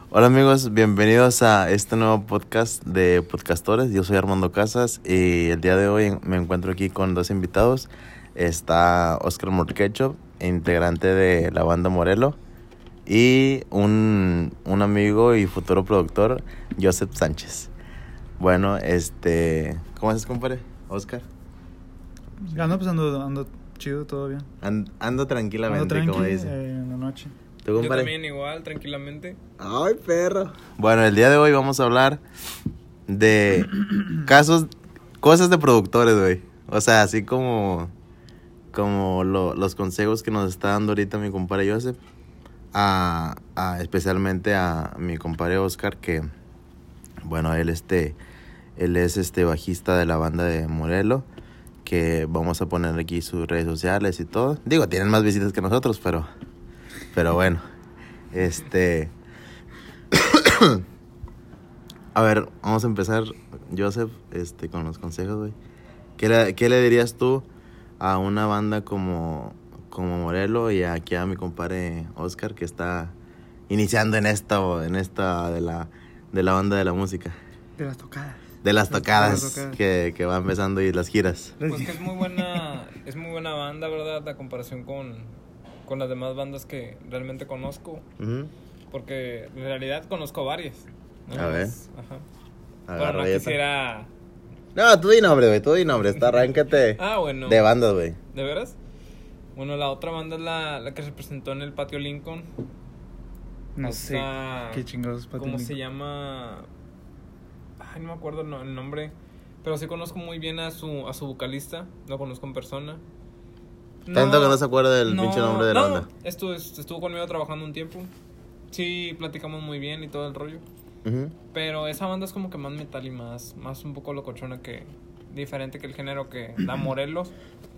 Hola amigos, bienvenidos a este nuevo podcast de Podcastores. Yo soy Armando Casas y el día de hoy me encuentro aquí con dos invitados. Está Oscar Morquecho, integrante de la banda Morelo, y un amigo y futuro productor, Joseph Sánchez. Bueno, ¿cómo estás, compadre? Oscar. Pues ando chido, todo bien. Ando tranquilamente, Ando como tranqui, dice. en la noche. ¿Tú, Yo compadre? también igual, tranquilamente. Ay, perro. Bueno, el día de hoy vamos a hablar de cosas de productores, güey. O sea, así como los consejos que nos está dando ahorita mi compadre Joseph, especialmente a mi compadre Oscar, que, bueno, él es bajista de la banda de Morelo, que vamos a poner aquí sus redes sociales y todo. Digo, tienen más visitas que nosotros, pero bueno, a ver, vamos a empezar, Joseph, con los consejos, güey. ¿Qué le dirías tú a una banda como Morelo y aquí a mi compadre Oscar, que está iniciando en esta de la banda de la música? De las tocadas. De las tocadas, tocadas. Que va empezando y las giras. Pues que es muy buena banda, ¿verdad? A comparación con las demás bandas que realmente conozco. Uh-huh. Porque en realidad conozco varias, ¿no? A ver. Ajá. Agarra Pero no esta. quisiera... No, tú di nombre, güey, arráncate. Bueno. De bandas, güey. ¿De veras? Bueno, la otra banda es la que se presentó en el Patio Lincoln. No sé Esta- qué chingados para ¿Cómo se llama? Ay, no me acuerdo el nombre. Pero sí conozco muy bien a su vocalista. Lo conozco en persona. Tanto que no se acuerda del pinche nombre de la banda. Estuvo conmigo trabajando un tiempo. Sí, platicamos muy bien y todo el rollo. Uh-huh. Pero esa banda es como que más metal y más un poco locochona, que diferente que el género que da Morelos.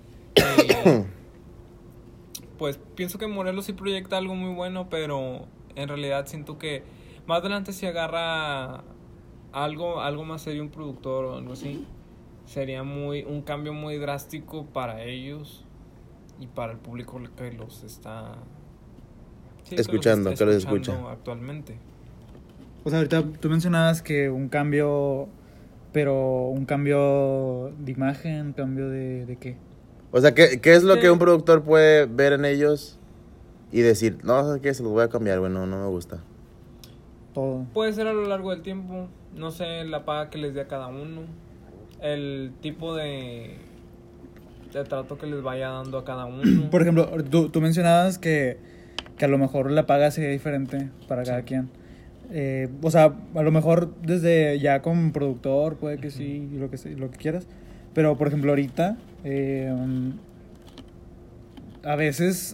Pues pienso que Morelos sí proyecta algo muy bueno, pero en realidad siento que más adelante si agarra algo más serio, un productor o algo así, sería un cambio muy drástico para ellos y para el público que los está Escuchando, que los escucha actualmente. O sea, ahorita tú mencionabas que un cambio, pero un cambio de imagen, cambio de qué. O sea, ¿qué es lo que un productor puede ver en ellos y decir, no, ¿sabes qué? Se los voy a cambiar, güey, no me gusta? Todo. Puede ser a lo largo del tiempo, no sé, la paga que les dé a cada uno, el tipo de trato que les vaya dando a cada uno. Por ejemplo, tú mencionabas que a lo mejor la paga sería diferente para cada quien. O sea, a lo mejor desde ya como productor puede que sí, lo que quieras. Pero, por ejemplo, ahorita, a veces,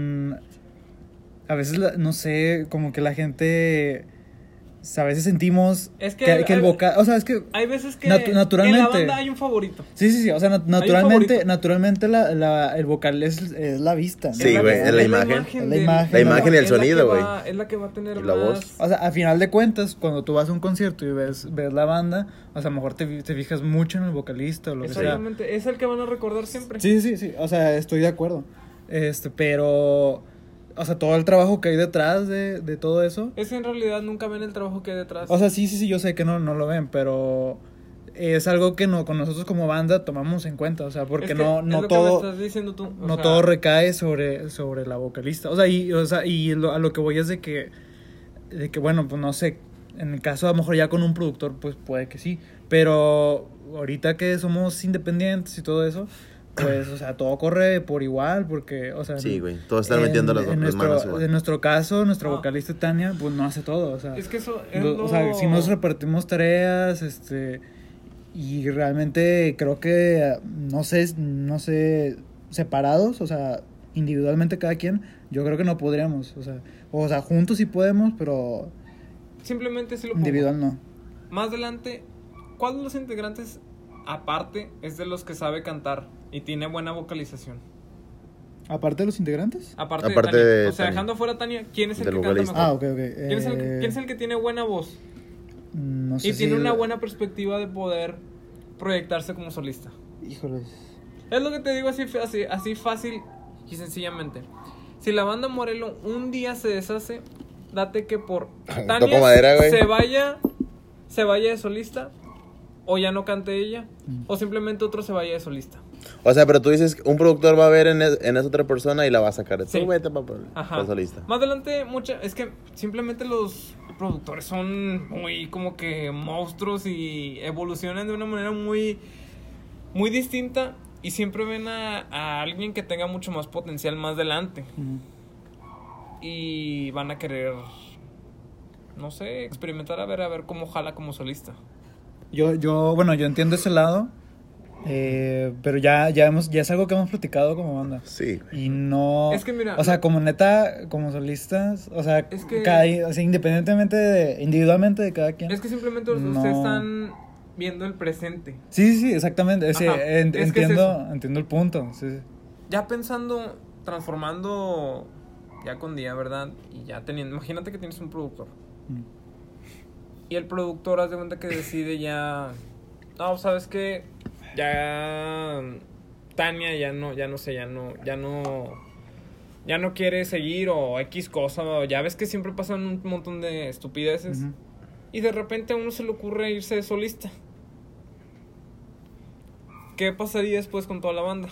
no sé, como que la gente, a veces sentimos Es que el vocal, o sea, es que hay veces que naturalmente en la banda hay un favorito. Sí, o sea, favorito. naturalmente el vocal es la vista, ¿no? Sí, güey, es la imagen. Es la imagen. La imagen y el sonido, güey. Es la que va a tener Y la más... voz. O sea, a final de cuentas, cuando tú vas a un concierto y ves la banda, o sea, a lo mejor te fijas mucho en el vocalista o lo que sea. Exactamente, es el que van a recordar siempre. Sí, o sea, estoy de acuerdo. Pero, o sea, todo el trabajo que hay detrás de todo eso. Es que en realidad nunca ven el trabajo que hay detrás. O sea, sí, yo sé que no lo ven, pero es algo que con nosotros como banda tomamos en cuenta, o sea, porque es que no es lo que todo me estás diciendo tú, o no sea, todo recae sobre la vocalista. O sea, a lo que voy es de que bueno, pues no sé, en el caso a lo mejor ya con un productor pues puede que sí, pero ahorita que somos independientes y todo eso, pues, o sea, todo corre por igual, porque, o sea... Sí, güey, todos están metiendo las manos igual. En nuestro caso, nuestra vocalista Tania, pues no hace todo, o sea... Es que eso es o sea, si nos repartimos tareas, y realmente creo que, no sé, separados, o sea, individualmente cada quien, yo creo que no podríamos, o sea, juntos sí podemos, pero... Simplemente si lo pongo. Individual no. Más adelante, ¿cuál de los integrantes, aparte, es de los que sabe cantar y tiene buena vocalización? ¿Aparte de los integrantes? Aparte Aparte de Tania. de O sea, Tania. dejando fuera a Tania, ¿quién es el Del que canta vocalista. mejor? Ok. ¿Quién es el que tiene buena voz? No sé Y si... tiene una buena perspectiva de poder proyectarse como solista. Híjoles. Es lo que te digo así fácil y sencillamente. Si la banda Morelo un día se deshace, date que por Toco Tania madera, güey. se vaya de solista, o ya no cante ella, o simplemente otro se vaya de solista. O sea, pero tú dices que un productor va a ver en esa otra persona y la va a sacar. Sí. Tú vete para Ajá. solista. Más adelante, es que simplemente los productores son muy como que monstruos y evolucionan de una manera muy, muy distinta y siempre ven a alguien que tenga mucho más potencial más adelante. Y van a querer, no sé, experimentar a ver cómo jala como solista. Bueno, yo entiendo ese lado, pero ya es algo que hemos platicado como banda. Sí. Y no... Es que mira... O sea, como neta, como solistas, o sea, Es que- o sea, individualmente de cada quien. Es que simplemente No. ustedes están viendo el presente. Sí, exactamente. Sí, Ajá. Es que es entiendo el punto. Sí. Ya pensando, transformando ya con día, ¿verdad? Y ya teniendo... Imagínate que tienes un productor. Y el productor, haz de cuenta que decide ya... No, ¿sabes qué? Ya... Tania ya no quiere seguir o X cosa. O ya ves que siempre pasan un montón de estupideces. Ujú. Y de repente a uno se le ocurre irse de solista. ¿Qué pasaría después con toda la banda?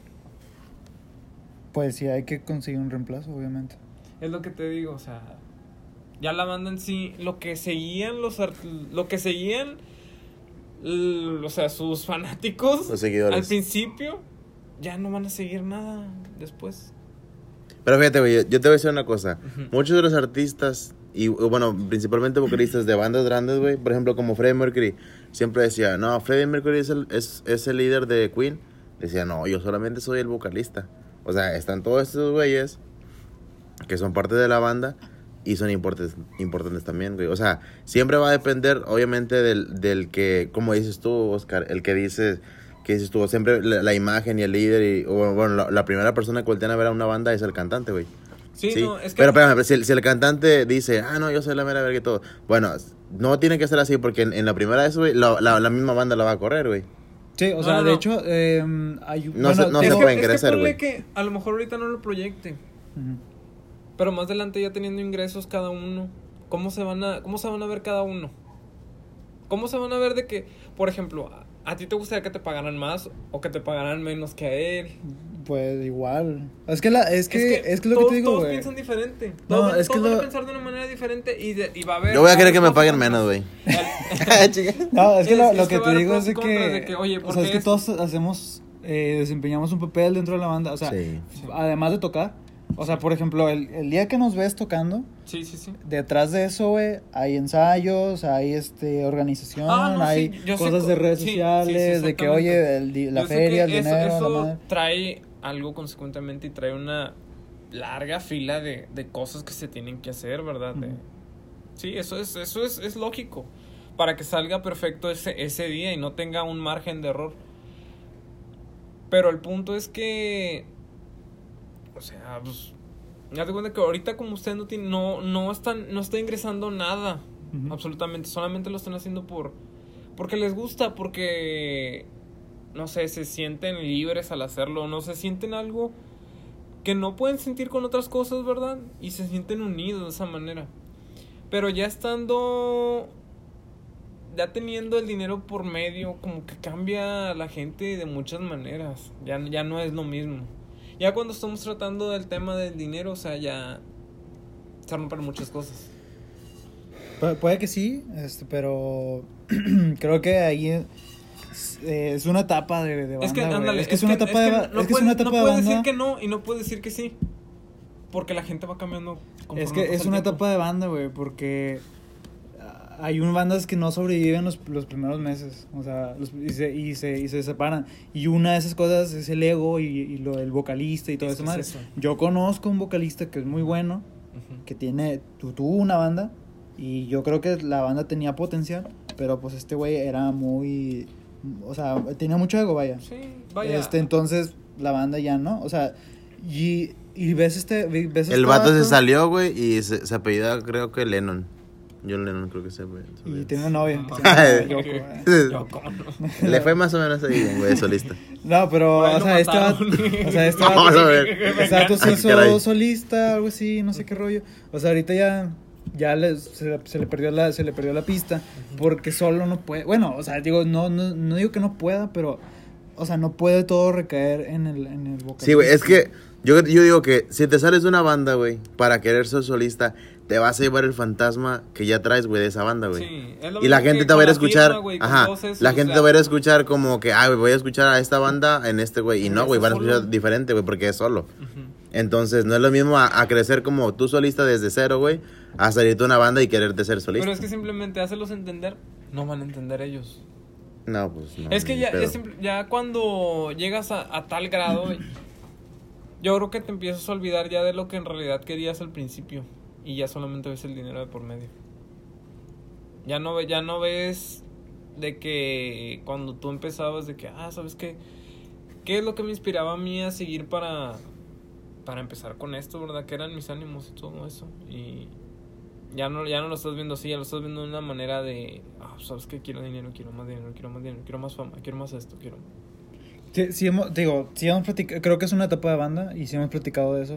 Pues sí, hay que conseguir un reemplazo, obviamente. Es lo que te digo, o sea... Ya la banda en sí, lo que seguían, o sea, sus fanáticos Los seguidores. al principio, ya no van a seguir nada después. Pero fíjate, güey, yo te voy a decir una cosa. Ujú. Muchos de los artistas, y bueno, principalmente vocalistas de bandas grandes, güey, por ejemplo, como Freddie Mercury, siempre decía, no, Freddie Mercury es el líder de Queen. Decía, no, yo solamente soy el vocalista. O sea, están todos estos güeyes que son parte de la banda y son importantes también, güey. O sea, siempre va a depender, obviamente, del que, como dices tú, Oscar, el que dices tú, siempre la imagen y el líder, o bueno, la primera persona que voltean a ver a una banda es el cantante, güey. Sí, no, es que... Pero, por ejemplo, si el cantante dice, no, yo soy la mera verga y todo, bueno, no tiene que ser así porque en la primera vez, güey, la misma banda la va a correr, güey. Sí, o sea, No. de hecho, hay... No se pueden crecer, ponle güey. que a lo mejor ahorita no lo proyecten, Ujú. pero más adelante ya teniendo ingresos cada uno, ¿cómo se van a ver cada uno? ¿Cómo se van a ver de que, por ejemplo, a ti te gustaría que te pagaran más o que te pagaran menos que a él? Pues igual. Es que lo que todos, te digo, todos güey. piensan diferente. No, Todos, es que todos van lo- a pensar de una manera diferente y va a haber... Yo voy a querer que me cosas paguen contras. menos, güey. Chica. No, es que lo que va a te haber digo pros es y de contras que... de que, oye, o ¿por sea, es qué que esto? todos hacemos... desempeñamos un papel dentro de la banda. O sea, Sí. además de tocar. O sea, por ejemplo, el día que nos ves tocando, Sí, sí, sí. detrás de eso, güey, hay ensayos, hay organización, No, hay sí, yo sé cosas de redes sí, sí, sociales, sí, de que, exactamente. oye, la Yo sé feria, que el dinero, eso la madre. trae algo consecuentemente y trae una larga fila de cosas que se tienen que hacer, ¿verdad? Ujú. Sí, eso es lógico. Para que salga perfecto ese día y no tenga un margen de error. Pero el punto es que... O sea, pues... Haz cuenta que ahorita como usted no está ingresando nada. Ujú. Absolutamente. Solamente lo están haciendo porque les gusta, porque... No sé, se sienten libres al hacerlo. No se sienten algo que no pueden sentir con otras cosas, ¿verdad? Y se sienten unidos de esa manera. Pero ya estando... Ya teniendo el dinero por medio, como que cambia a la gente de muchas maneras. Ya no es lo mismo. Ya cuando estamos tratando del tema del dinero, o sea, ya se rompen muchas cosas. Puede que sí, pero creo que ahí es una etapa de banda, Es que, güey. ándale, Es que es una etapa de no es que es una etapa de puede banda. decir que no y no puede decir que sí. Porque la gente va cambiando. conforme Es que pasa es el una tiempo. etapa de banda, güey, porque hay bandas que no sobreviven los primeros meses, o sea, y se separan. Y una de esas cosas es el ego y lo del vocalista y todo Es eso, que madre. es eso. Yo conozco un vocalista que es muy bueno, Ujú. que tuvo una banda, y yo creo que la banda tenía potencial, pero pues este güey era muy... O sea, tenía mucho ego, vaya. Sí, vaya. Entonces, la banda ya no, o sea, y ves ves El vato se salió, güey, y se apellida, creo que Lennon. John Lennon, creo que se apellida. Y tiene una novia. que se Ay. llama Yoko, güey. Yo, ¿cómo no? Le fue más o menos ahí, güey, de solista. No, pero, Por ahí o lo sea, este vato, mataron. o sea, este Vamos a vato, ver. este vato se Ay, hizo caray. solista, algo así, no sé qué rollo. O sea, ahorita ya ya se le perdió la pista porque solo no puede, bueno, o sea, digo, no digo que no pueda, pero, o sea, no puede todo recaer en el vocalista. Sí, güey, es que yo digo que si te sales de una banda, güey, para querer ser solista, te vas a llevar el fantasma que ya traes, güey, de esa banda, güey. Sí, es lo Y la mismo gente que te va a ir a con la escuchar, firma, güey, con ajá, todos esos, la o gente sea, te va a ir a escuchar como que, güey, voy a escuchar a esta banda en este, güey, y no, güey, van a solo. escuchar diferente, güey, porque es solo. Ujú. Entonces, no es lo mismo a crecer como tú solista desde cero, güey, a salirte de una banda y quererte ser solista. Pero es que simplemente hácelos entender, no van a entender ellos. No, pues no. Es que ni ya, pedo. ya cuando llegas a tal grado, güey, yo creo que te empiezas a olvidar ya de lo que en realidad querías al principio. Y ya solamente ves el dinero de por medio. Ya no ves de que cuando tú empezabas de que, ¿sabes qué? ¿Qué es lo que me inspiraba a mí a seguir para empezar con esto, verdad? Que eran mis ánimos y todo eso. Y ya no lo estás viendo así, ya lo estás viendo de una manera de, ¿sabes qué? Quiero dinero, quiero más dinero, quiero más fama, quiero más esto, quiero... Sí hemos platicado, creo que es una etapa de banda y sí hemos platicado de eso,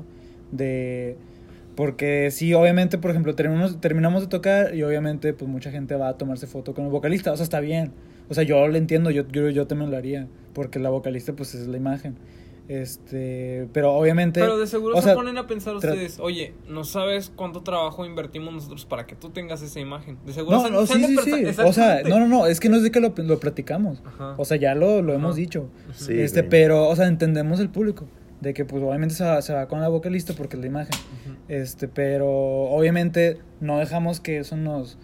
porque sí, obviamente, por ejemplo, terminamos de tocar y obviamente pues mucha gente va a tomarse foto con el vocalista, o sea, está bien, o sea, yo lo entiendo, yo también lo haría, porque la vocalista pues es la imagen, pero obviamente... Pero de seguro o se sea, ponen a pensar ustedes, oye, no sabes cuánto trabajo invertimos nosotros para que tú tengas esa imagen. De seguro sí. O sea, no, es que no es de que lo platicamos. Ajá. O sea, ya lo hemos dicho. Sí, güey. Pero, o sea, entendemos el público. De que, pues, obviamente se va con la vocalista porque es la imagen. Ujú. Pero, obviamente, no dejamos que eso nos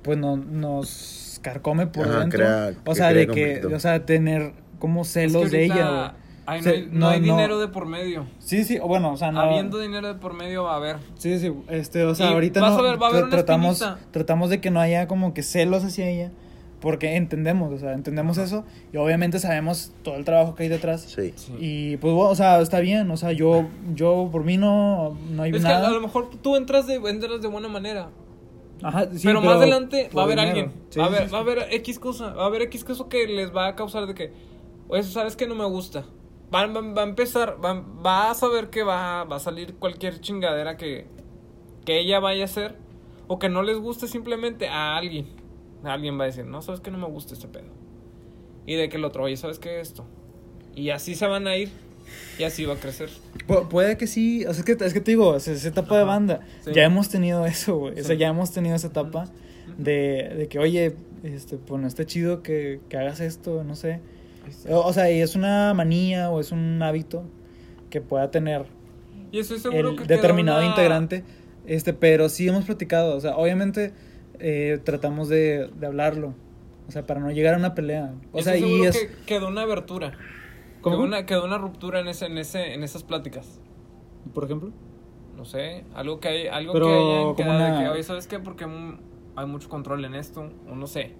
carcome por Ajá, dentro. crea conflicto. O sea, tener como Es celos que de ella, ahorita güey. no hay dinero de por medio. Sí, bueno, o sea, no... Habiendo dinero de por medio va a haber. Sí, o sea, Y ahorita vas a ver, va a haber una tratamos de que no haya como que celos hacia ella, porque entendemos eso, y obviamente sabemos todo el trabajo que hay detrás. Sí. Sí. Y pues bueno, o sea, está bien, o sea, yo por mí no hay Es nada. que a lo mejor tú entras de buena manera. Ajá, sí, pero más adelante por va a haber dinero. alguien. Sí, va sí, a haber X cosa. Va a haber X cosa que les va a causar de que, oye, ¿sabes qué? No me gusta. Va a empezar, va a saber que va a salir cualquier chingadera que ella vaya a hacer, o que no les guste simplemente a alguien. Alguien va a decir, no, ¿sabes qué? No me gusta este pedo. Y de que el otro, oye, ¿sabes qué? Esto. Y así se van a ir, y así va a crecer. Puede que sí, o sea, es que te digo, esa etapa de banda, Sí. ya hemos tenido eso, güey. Sí. O sea, ya hemos tenido esa etapa de que, oye, pues no está chido que hagas esto, no sé. O sea, y es una manía o es un hábito que pueda tener Y estoy seguro el que determinado queda una... integrante, pero sí hemos platicado, o sea, obviamente tratamos de hablarlo, o sea, para no llegar a una pelea, o Estoy sea, y seguro es... que quedó una abertura. ¿Cómo? Quedó una ruptura en esas pláticas. Por ejemplo, No sé, algo que hayan Pero, quedado como de una- que, oye, ¿sabes qué? Porque hay mucho control en esto, o no sé.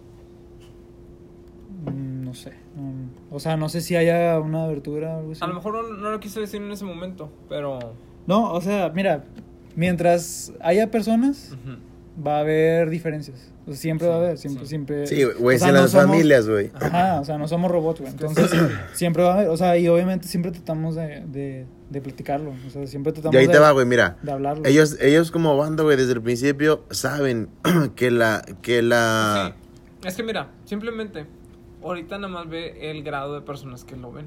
no sé, o sea, no sé si haya una abertura o algo así. A lo mejor no lo quise decir en ese momento, pero... No, o sea, mira, mientras haya personas, Ujú. va a haber diferencias. O sea, siempre Sí, va a haber, sí. siempre. Sí, güey, o sea, en no las somos- familias, güey. Ajá, o sea, no somos robots, güey. Entonces, siempre va a haber, o sea, y obviamente siempre tratamos de platicarlo. O sea, siempre tratamos Y ahí de, te va, güey, mira. de hablarlo. Ellos como banda, güey, desde el principio saben que la... Sí. Es que mira, simplemente, ahorita nada más ve el grado de personas que lo ven.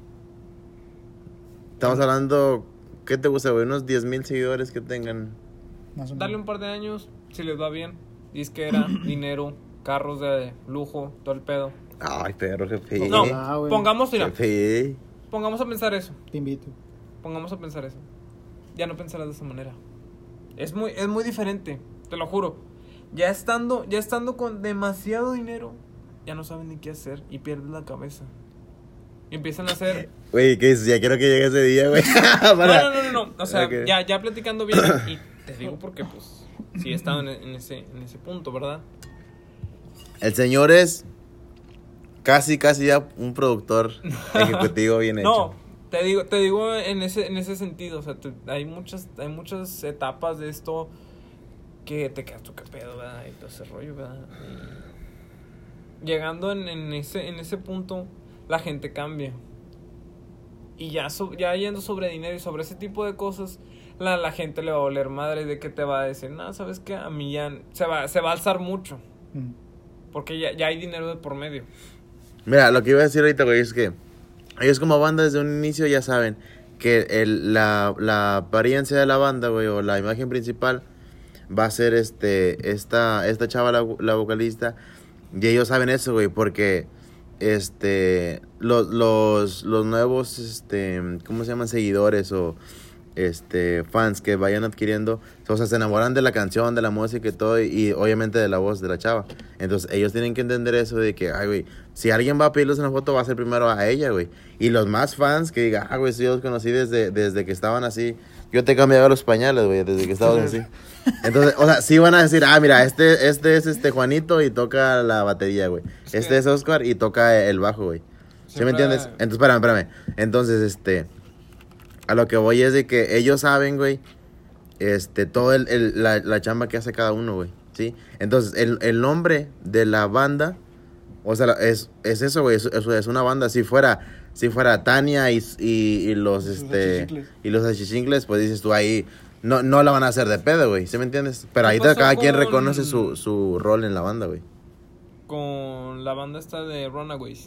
Estamos hablando, ¿qué te gusta, güey? Unos 10,000 seguidores que tengan. Más o Dale menos. un par de años, si les va bien, disquera, dinero, carros de lujo, todo el pedo. Ay, perro, jefe. No, Ah, güey. mira, Jefe. pongamos a pensar eso. Te invito. Pongamos a pensar eso. Ya no pensarás de esa manera. Es muy diferente, te lo juro. Ya estando con demasiado dinero, ya no saben ni qué hacer y pierdes la cabeza. Y empiezan a hacer... Güey, ¿qué dices? Ya quiero que llegue ese día, güey. No. O sea, Ok. ya platicando bien, y te digo porque pues sí he estado en ese punto, ¿verdad? El señor es casi ya un productor ejecutivo bien hecho. No, te digo en ese sentido, o sea, hay muchas etapas de esto que te quedas tú qué pedo, ¿verdad? Y todo ese rollo, ¿verdad? Y llegando en ese punto, la gente cambia. Y ya yendo sobre dinero y sobre ese tipo de cosas, la gente le va a oler madre de que te va a decir, no, ¿sabes qué? A mí ya se va a alzar mucho. Porque ya hay dinero de por medio. Mira, lo que iba a decir ahorita, güey, es que ellos como banda desde un inicio ya saben que la apariencia de la banda, güey, o la imagen principal va a ser esta chava, la vocalista. Y ellos saben eso, güey, porque los nuevos, ¿cómo se llaman? Seguidores o fans que vayan adquiriendo, o sea, se enamoran de la canción, de la música y todo, y obviamente de la voz de la chava. Entonces ellos tienen que entender eso de que, ay, güey, si alguien va a pedirles una foto, va a ser primero a ella, güey. Y los más fans que digan, ah, güey, sí, yo los conocí desde que estaban así. Yo te he cambiado los pañales, güey, desde que estabas así. Entonces, o sea, sí van a decir, ah, mira, este es Juanito y toca la batería, güey. Es Oscar y toca el bajo, güey. ¿Sí me entiendes? Entonces, espérame. Entonces, a lo que voy es de que ellos saben, güey, todo la chamba que hace cada uno, güey, ¿sí? Entonces, el nombre de la banda, o sea, es eso, güey, es una banda. Si fuera Tania y los Achichincles, pues dices tú ahí, no la van a hacer de pedo, güey, ¿sí me entiendes? Pero ahí cada quien reconoce su rol en la banda, güey. Con la banda esta de Runaways.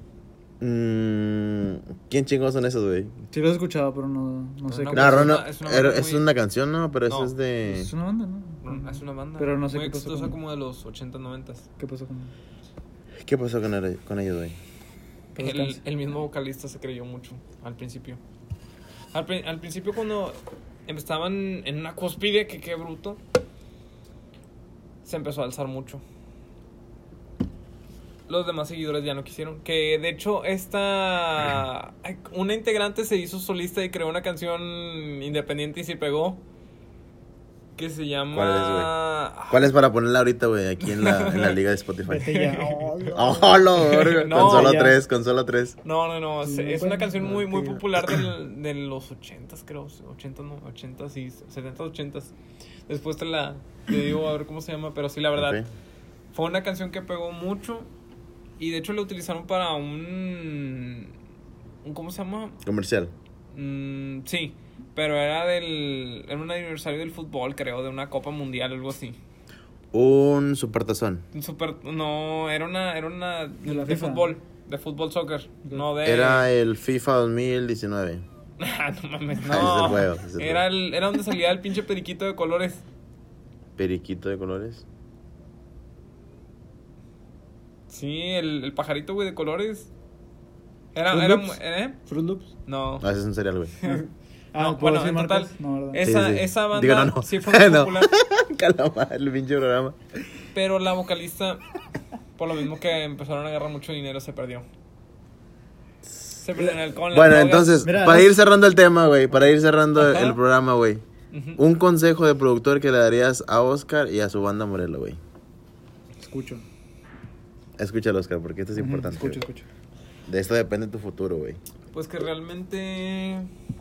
¿Quién chingados son esos, güey? Sí lo he escuchado, pero no sé. Es una canción, ¿no? Pero eso es de... Es una banda, ¿no? Es una banda. Pero no sé muy qué pasó exitosa como de los 80, 90. ¿Qué pasó con con ellos, güey? El mismo vocalista se creyó mucho al principio. Al principio cuando estaban en una cúspide, que qué bruto, se empezó a alzar mucho. Los demás seguidores ya no quisieron. Que de hecho una integrante se hizo solista y creó una canción independiente y se pegó. Que se llama... ¿Cuál es, güey? ¿Cuál es para ponerla ahorita, güey? Aquí en la liga de Spotify. No, con solo tres. No. Es una canción muy popular de los 80s, creo. 80s y 70s, 80s. Después te digo a ver cómo se llama. Pero sí, la verdad, okay. Fue una canción que pegó mucho. Y de hecho la utilizaron para un ¿cómo se llama? Comercial. Sí, pero era un aniversario del fútbol, creo, de una Copa Mundial o algo así. Un supertazón. No, era una de fútbol, de fútbol soccer, no de... Era el FIFA 2019. No mames, no. Es el juego, era donde salía el pinche periquito de colores. ¿Periquito de colores? Sí, el pajarito, güey, de colores. ¿Fruit Loops? No. Ese es un cereal, güey. Bueno, en total, no, esa banda digo, no. sí fue muy popular. Calamar, el pinche programa. Pero la vocalista, por lo mismo que empezaron a agarrar mucho dinero, se perdió. Se perdió en el con Bueno, entonces, para ir cerrando el tema, güey, para ir cerrando el programa, güey. Un consejo de productor que le darías a Oscar y a su banda Morelos, güey. Escúchalo, Oscar, porque esto es importante. Escucho. De esto depende tu futuro, güey. Pues que realmente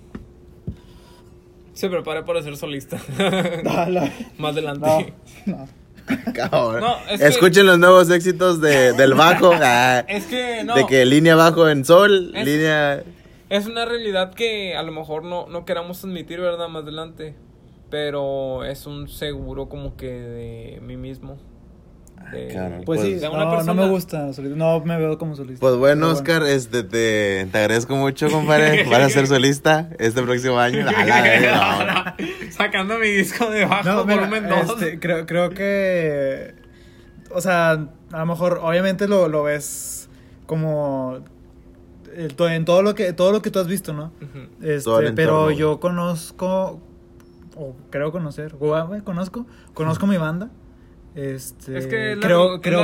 se prepare para ser solista. Más adelante. No. Cabrón. Escuchen los nuevos éxitos del bajo. Es que no. De que línea bajo en sol, línea... Es una realidad que a lo mejor no queramos admitir, ¿verdad? Más adelante. Pero es un seguro como que de mí mismo. Pues sí, no me gusta, no me veo como solista. Pues bueno, Oscar, te agradezco mucho, compadre. Vas a ser solista este próximo año. Sacando mi disco de bajo volumen 2. Creo que, o sea, a lo mejor obviamente lo ves como en todo lo que tú has visto, ¿no? Uh-huh. Pero yo conozco, o creo conocer, conozco mi banda. Es que creo que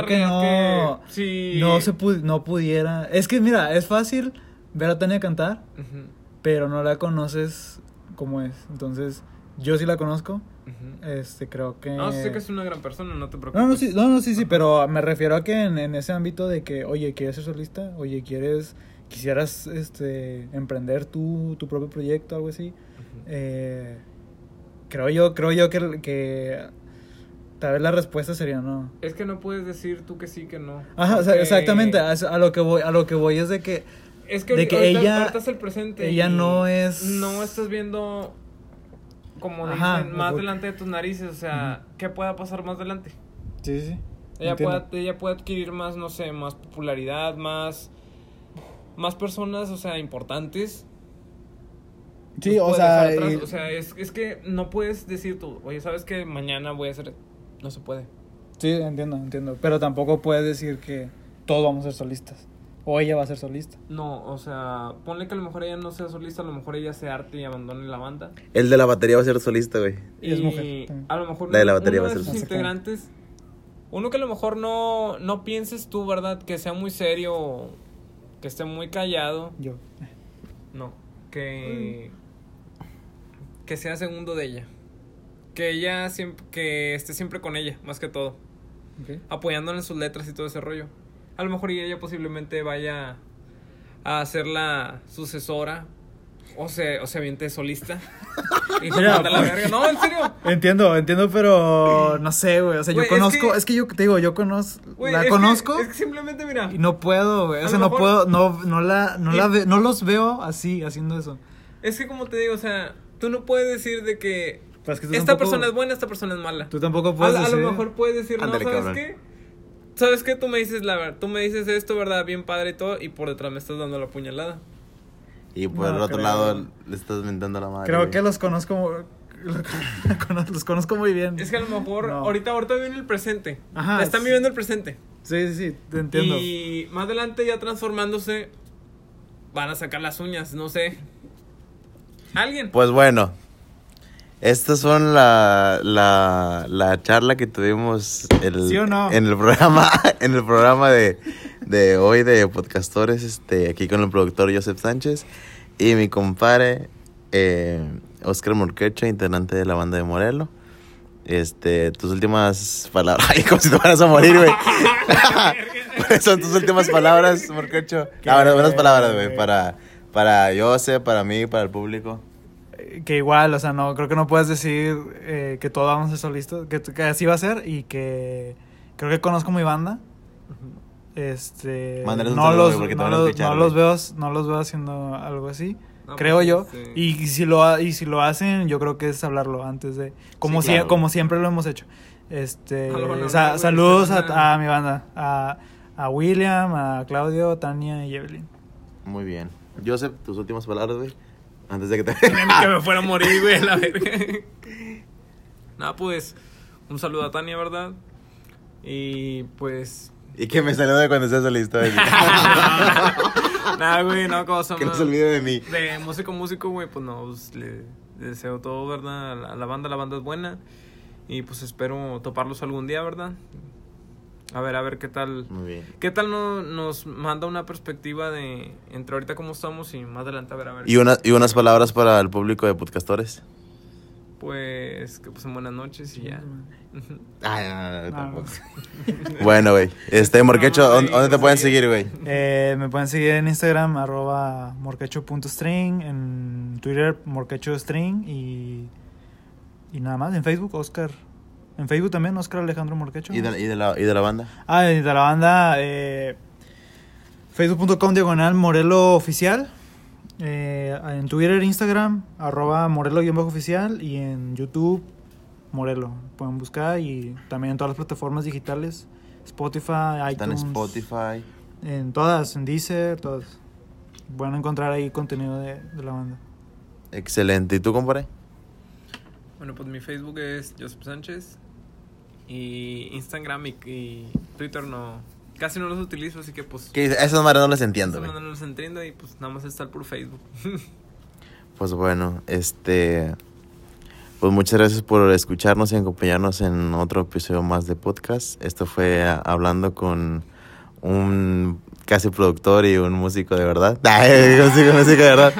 no pudiera. Es que mira, es fácil ver a Tania cantar, uh-huh, pero no la conoces como es. Entonces, yo sí la conozco. Uh-huh. Creo que... No, sé que es una gran persona, no te preocupes. Sí, uh-huh, pero me refiero a que en ese ámbito de que, oye, ¿quieres ser solista? Oye, quisieras emprender tu propio proyecto, algo así. Uh-huh. Creo yo que tal vez la respuesta sería no. Es que no puedes decir tú que sí, que no. Ajá, exactamente. A lo que voy es de que... Es que, de que ella... Ahorita es el presente. Ella no es... No estás viendo como Ajá, dicen, más delante de tus narices, o sea, ¿qué pueda pasar más delante? Sí. Ella puede adquirir más, no sé, más popularidad, más personas, o sea, importantes. Sí, Los o puede sea, dejar atrás. O sea, es que no puedes decir tú, oye, ¿sabes qué? Mañana voy a hacer... No se puede. sí, entiendo. Pero tampoco puedes decir que todos vamos a ser solistas. O ella va a ser solista. No, o sea, ponle que a lo mejor ella no sea solista, a lo mejor ella se arte y abandone la banda. El de la batería va a ser solista, güey. Y es mujer también. A lo mejor La de la batería uno va a de ser sus solista. integrantes, uno que a lo mejor no pienses tú, ¿verdad? Que sea muy serio, que esté muy callado. Yo. No, que sea segundo de ella. Que ella que esté siempre con ella, más que todo. Okay. Apoyándola en sus letras y todo ese rollo. A lo mejor ella posiblemente vaya a ser la sucesora. O se aviente solista. Y se Mira, manda a la verga. No, en serio. Entiendo, pero no sé, güey. O sea, Güey, yo conozco, es que yo te digo, yo conozco, Güey, la es conozco que simplemente, mira. y no puedo, güey. O A sea, lo no mejor- puedo, no los veo así, haciendo eso. Es que como te digo, o sea, tú no puedes decir de que Pero es que tú esta tampoco- persona es buena, esta persona es mala. Tú tampoco puedes A decir. lo mejor puedes decir, no, Ándale, ¿sabes cabrón. qué? ¿Sabes qué? Tú me dices esto, ¿verdad? Bien padre y todo, y por detrás me estás dando la puñalada. Y por No el otro creo. lado le estás mentando la madre. Creo güey. que los conozco, los conozco muy bien. Es que a lo mejor No. ahorita viven el presente. Ajá, Están sí. viviendo el presente. Sí, te entiendo. Y más adelante ya transformándose van a sacar las uñas, no sé. Alguien. Pues bueno, estas son la charla que tuvimos ¿Sí o no? en el programa de hoy de Podcastores, aquí con el productor Joseph Sánchez y mi compadre Oscar Morquecho, integrante de la banda de Morelos. Tus últimas palabras. Ay, como si te fueras a morir, güey. ¿Cuáles son tus últimas palabras, Morquecho? Buenas palabras, güey, para Joseph, para mí, para el público. Que igual, o sea, no, creo que no puedes decir que todos vamos a ser solistas, que así va a ser y que creo que conozco mi banda. Mándales un No saludo, los, güey, porque te no van a los, escuchar, no los güey. veo, no los veo haciendo algo así, No, creo pues, yo. Y si lo hacen, yo creo que es hablarlo antes de, como Sí, claro. como siempre lo hemos hecho. no, Saludos güey, a mi banda, a William, a Claudio, Tania y Evelyn. Muy bien. Joseph, tus últimas palabras, güey. Antes de que te... Que me fuera a morir, güey, la verga. Nada, pues, un saludo a Tania, ¿verdad? Y pues... Y que me salude cuando seas solista. güey. Nada, güey, no, como Que no se olvide de mí. De músico, güey, pues no, pues, le deseo todo, ¿verdad? A la banda es buena. Y pues espero toparlos algún día, ¿verdad? A ver qué tal. Muy bien. ¿Qué tal nos manda una perspectiva de entre ahorita cómo estamos y más adelante a ver? Y unas palabras para el público de Podcastores. Pues que pasen buenas noches y ya. Ay, no, No. tampoco. Bueno, güey. Morquecho, No, güey, ¿dónde te no pueden sé. seguir, güey? Me pueden seguir en Instagram, @morquecho.string, en Twitter, morquechostring y nada más. En Facebook, Oscar. En Facebook también, Oscar Alejandro Morquecho. ¿Y de la banda? Y de la banda, facebook.com/Morelo Oficial. En Twitter, Instagram, @Morelo_oficial y en YouTube, Morelo. Pueden buscar y también en todas las plataformas digitales, Spotify, Están en iTunes. Spotify. En todas, en Deezer, todas. Van a encontrar ahí contenido de la banda. Excelente. ¿Y tú, compadre? Bueno, pues mi Facebook es Joseph Sánchez. Y Instagram y Twitter casi no los utilizo, así que pues... Que esas madres no las entiendo, no güey. los entiendo y pues nada más está el por Facebook. Pues bueno, pues muchas gracias por escucharnos y acompañarnos en otro episodio más de podcast. Esto fue hablando con un casi productor y un músico de verdad. Músico de verdad.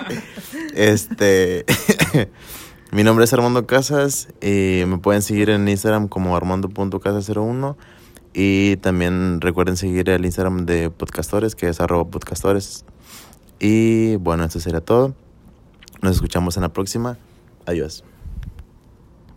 Mi nombre es Armando Casas y me pueden seguir en Instagram como armando.casas01 y también recuerden seguir el Instagram de Podcastores, que es @podcastores. Y bueno, esto sería todo. Nos escuchamos en la próxima. Adiós.